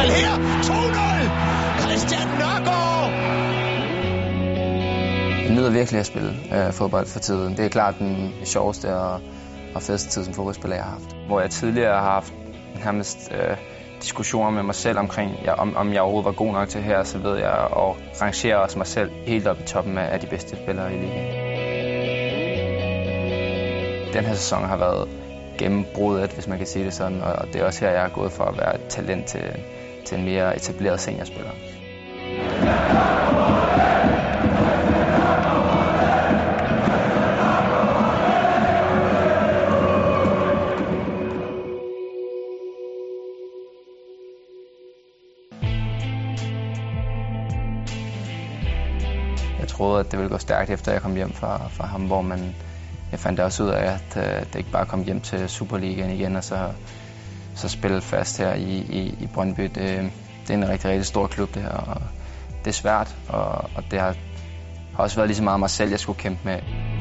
fald her. 2-0. Christian Nørgaard. Jeg nyder virkelig at spille fodbold for tiden. Det er klart den sjoveste og fedeste tid som fodboldspiller, jeg har haft. Hvor jeg tidligere har haft nærmest diskussioner med mig selv omkring, om jeg overhovedet var god nok til her, så ved jeg at rangere også mig selv helt op i toppen af de bedste spillere i ligaen. Den her sæson har været gennembruddet, hvis man kan sige det sådan, og det er også her, jeg er gået for at være et talent til en mere etableret seniorspiller. Jeg troede, at det ville gå stærkt, efter jeg kom hjem fra Hamburg, men jeg fandt også ud af, at det ikke bare kom hjem til Superligaen igen, og så spille fast her i Brøndby. Det er en rigtig, rigtig stor klub, det her, og det er svært, og det har også været lige så meget mig selv, jeg skulle kæmpe med.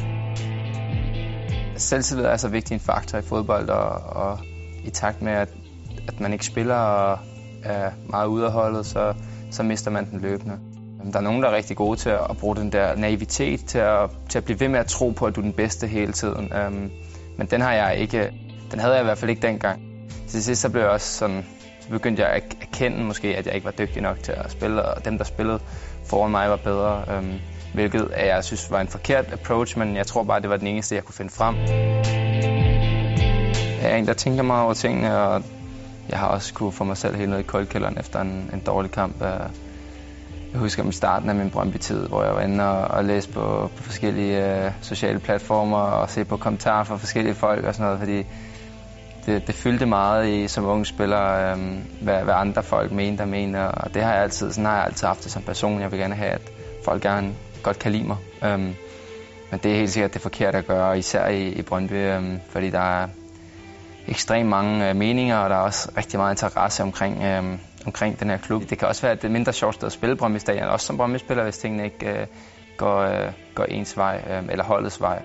Selvtillid er så vigtig en faktor i fodbold, og i takt med, at man ikke spiller og er meget ude af holdet, så mister man den løbende. Der er nogen, der er rigtig gode til at bruge den der naivitet til at blive ved med at tro på, at du er den bedste hele tiden. Men den har jeg ikke. Den havde jeg i hvert fald ikke dengang. Til sidst så blev jeg også sådan, så begyndte jeg at erkende måske, at jeg ikke var dygtig nok til at spille, og dem, der spillede foran mig, var bedre. Hvilket jeg synes var en forkert approach, men jeg tror bare, det var den eneste, jeg kunne finde frem. Jeg er en, der tænker meget over tingene, og jeg har også kunne få mig selv helt ned i koldkælderen efter en dårlig kamp. Jeg husker i starten af min Brøndby-tid, hvor jeg var inde og læste på forskellige sociale platformer og se på kommentarer fra forskellige folk og sådan noget, fordi det fyldte meget som unge spiller, hvad andre folk mener, og det har jeg altid, sådan har jeg altid haft det som person. Jeg vil gerne have, at folk godt kan lide mig. Men det er helt sikkert det forkerte at gøre, især i Brøndby, fordi der er ekstremt mange meninger, og der er også rigtig meget interesse omkring den her klub. Det kan også være et mindre sjovt sted at spille Brøndby Stadion, også som Brøndby-spiller, hvis tingene ikke går ens vej, eller holdets vej.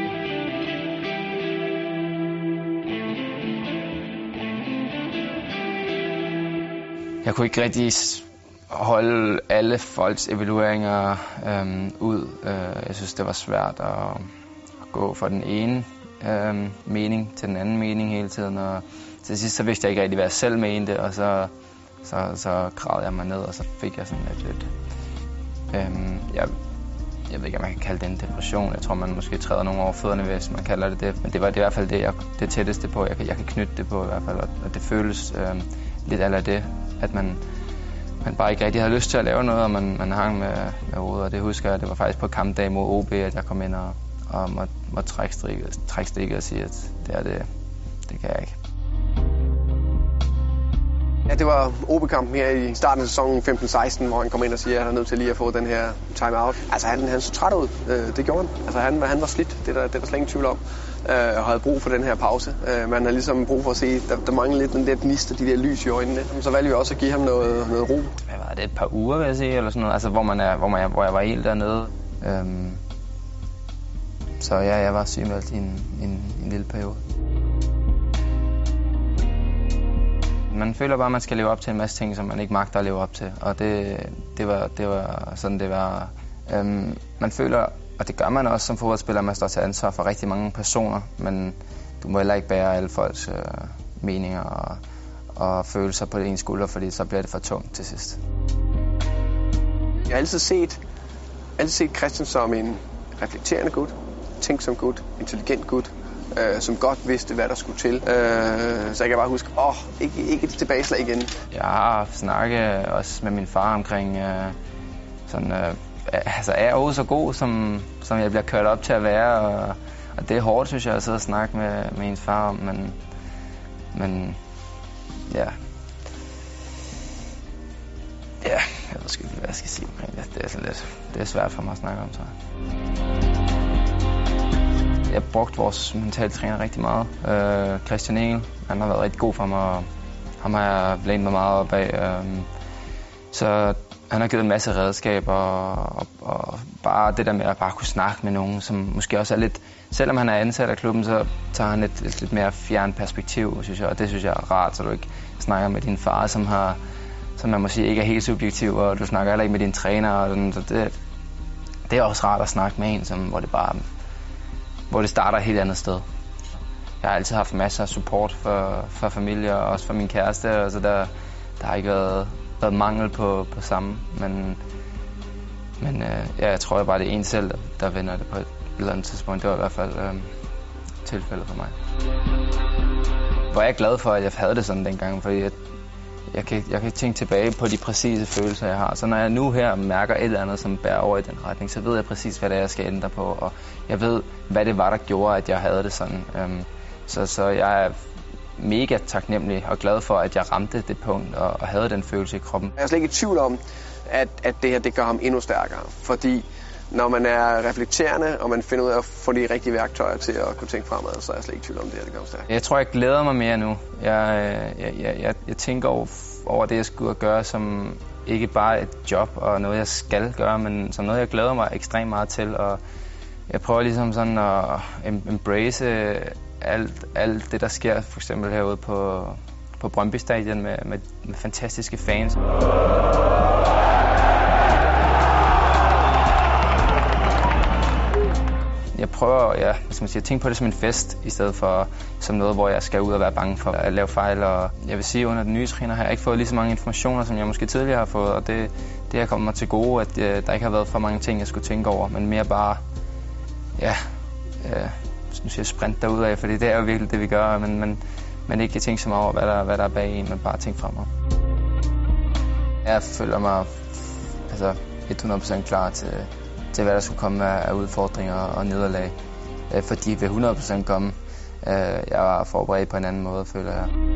Jeg kunne ikke rigtig holde alle folks evalueringer ud. Jeg synes, det var svært at gå fra den ene mening til den anden mening hele tiden, og til sidst så vidste jeg ikke rigtig, hvad jeg selv mente, og så gravede jeg mig ned, og så fik jeg sådan lidt jeg ved ikke, om man kan kalde det en depression. Jeg tror, man måske træder nogle over fødderne, hvis man kalder det. Men det var i hvert fald det tætteste på, jeg kan knytte det på i hvert fald, og det føles lidt af det, at man bare ikke rigtig havde lyst til at lave noget, og man hang med hovedet, og det husker jeg, det var faktisk på kampdag mod OB, at jeg kom ind og måtte trække stikket og sige, at det kan jeg ikke. Ja, det var OB-kampen her i starten af sæsonen 15-16, hvor han kom ind og siger, at han er nødt til lige at få den her time-out. Altså, han så træt ud. Det gjorde han. Altså, han var slidt. Det er der slet ingen tvivl om. Og havde brug for den her pause. Man har ligesom brug for at se, der mangler lidt den der gnist og de der lys i øjnene. Så valgte vi også at give ham noget ro. Hvad var det? Et par uger, vil jeg sige, eller sådan noget. Altså, hvor jeg var helt dernede. Så ja, jeg var sygemeldt i en lille periode. Man føler bare, at man skal leve op til en masse ting, som man ikke magter at leve op til. Og det var sådan, det var. Man føler, og det gør man også som fodboldspiller, man står til ansvar for rigtig mange personer, men du må heller ikke bære alle folks meninger og følelser på dine skuldre, fordi så bliver det for tungt til sidst. Jeg har altid set Christian som en reflekterende gut, tænksom gut, intelligent gut, som godt vidste, hvad der skulle til. Så jeg kan bare huske, ikke et tilbageslag igen. Jeg har snakket også med min far omkring, altså er jeg så god, som jeg bliver kørt op til at være, og det er hårdt, synes jeg, at sidde og snakke med ens far om, men ja. Ja, jeg ved sgu ikke, hvad jeg skal sige omkring det. Det er sådan lidt, det er svært for mig at snakke om, så. Jeg brugte vores mentale træner rigtig meget. Christian Engel, han har været rigtig god for mig, og ham har jeg lænet mig meget op af. Så han har givet en masse redskaber, og bare det der med at bare kunne snakke med nogen, som måske også er lidt, selvom han er ansat af klubben, så tager han et lidt mere fjern perspektiv, synes jeg, og det synes jeg er rart, så du ikke snakker med din far, som har som man må sige ikke er helt subjektiv, og du snakker heller ikke med dine træner, og sådan, så det er også rart at snakke med en, hvor det starter et helt andet sted. Jeg har altid haft masser af support for familie og også for min kæreste, og så der har ikke været mangel på samme, men jeg tror bare, det er en selv, der vinder det på et eller andet tidspunkt. Det var i hvert fald tilfældet for mig. Hvor jeg er glad for, at jeg havde det sådan dengang, fordi jeg kan tænke tilbage på de præcise følelser, jeg har. Så når jeg nu her mærker et eller andet, som bærer over i den retning, så ved jeg præcis, hvad det er, jeg skal ændre på, og jeg ved, hvad det var, der gjorde, at jeg havde det sådan. Så jeg er mega taknemmelig og glad for, at jeg ramte det punkt og havde den følelse i kroppen. Jeg er slet ikke i tvivl om, at det her det gør ham endnu stærkere, fordi når man er reflekterende, og man finder ud af at få de rigtige værktøjer til at kunne tænke fremad, så er jeg slet ikke i tvivl om, det her det gør ham stærkere. Jeg tror, jeg glæder mig mere nu. Jeg tænker over det, jeg skulle gøre, som ikke bare et job og noget, jeg skal gøre, men som noget, jeg glæder mig ekstremt meget til. Og jeg prøver ligesom sådan at embrace alt det, der sker, for eksempel herude på Brøndby Stadion med fantastiske fans. Jeg prøver at tænke på det som en fest, i stedet for som noget, hvor jeg skal ud og være bange for at lave fejl. Og jeg vil sige, at under den nye træner har jeg ikke fået lige så mange informationer, som jeg måske tidligere har fået. Og det har kommet mig til gode, at der ikke har været for mange ting, jeg skulle tænke over, men mere bare, nu siger jeg sprint derudad, fordi det er jo virkelig det, vi gør, men ikke tænke så meget over, hvad der er bag en, men bare tænke fremad. Jeg føler mig 100% klar til hvad der skulle komme af udfordringer og nederlag, fordi vil 100% komme. Jeg var forberedt på en anden måde, føler jeg.